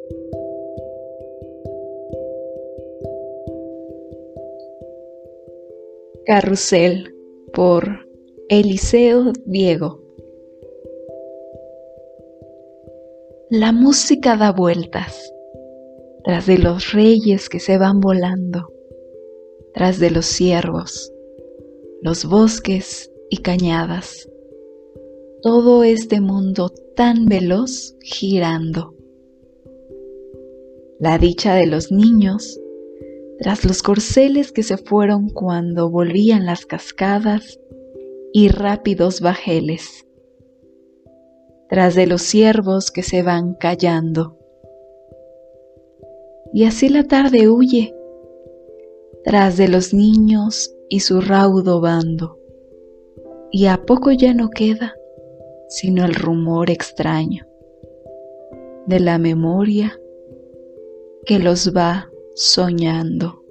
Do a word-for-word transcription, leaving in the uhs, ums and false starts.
Carrusel por Eliseo Diego. La música da vueltas tras de los reyes que se van volando, tras de los ciervos, los bosques y cañadas, todo este mundo tan veloz girando. La dicha de los niños tras los corceles que se fueron cuando volvían las cascadas y rápidos bajeles, tras de los ciervos que se van callando. Y así la tarde huye, tras de los niños y su raudo bando, y a poco ya no queda sino el rumor extraño de la memoria que los va soñando.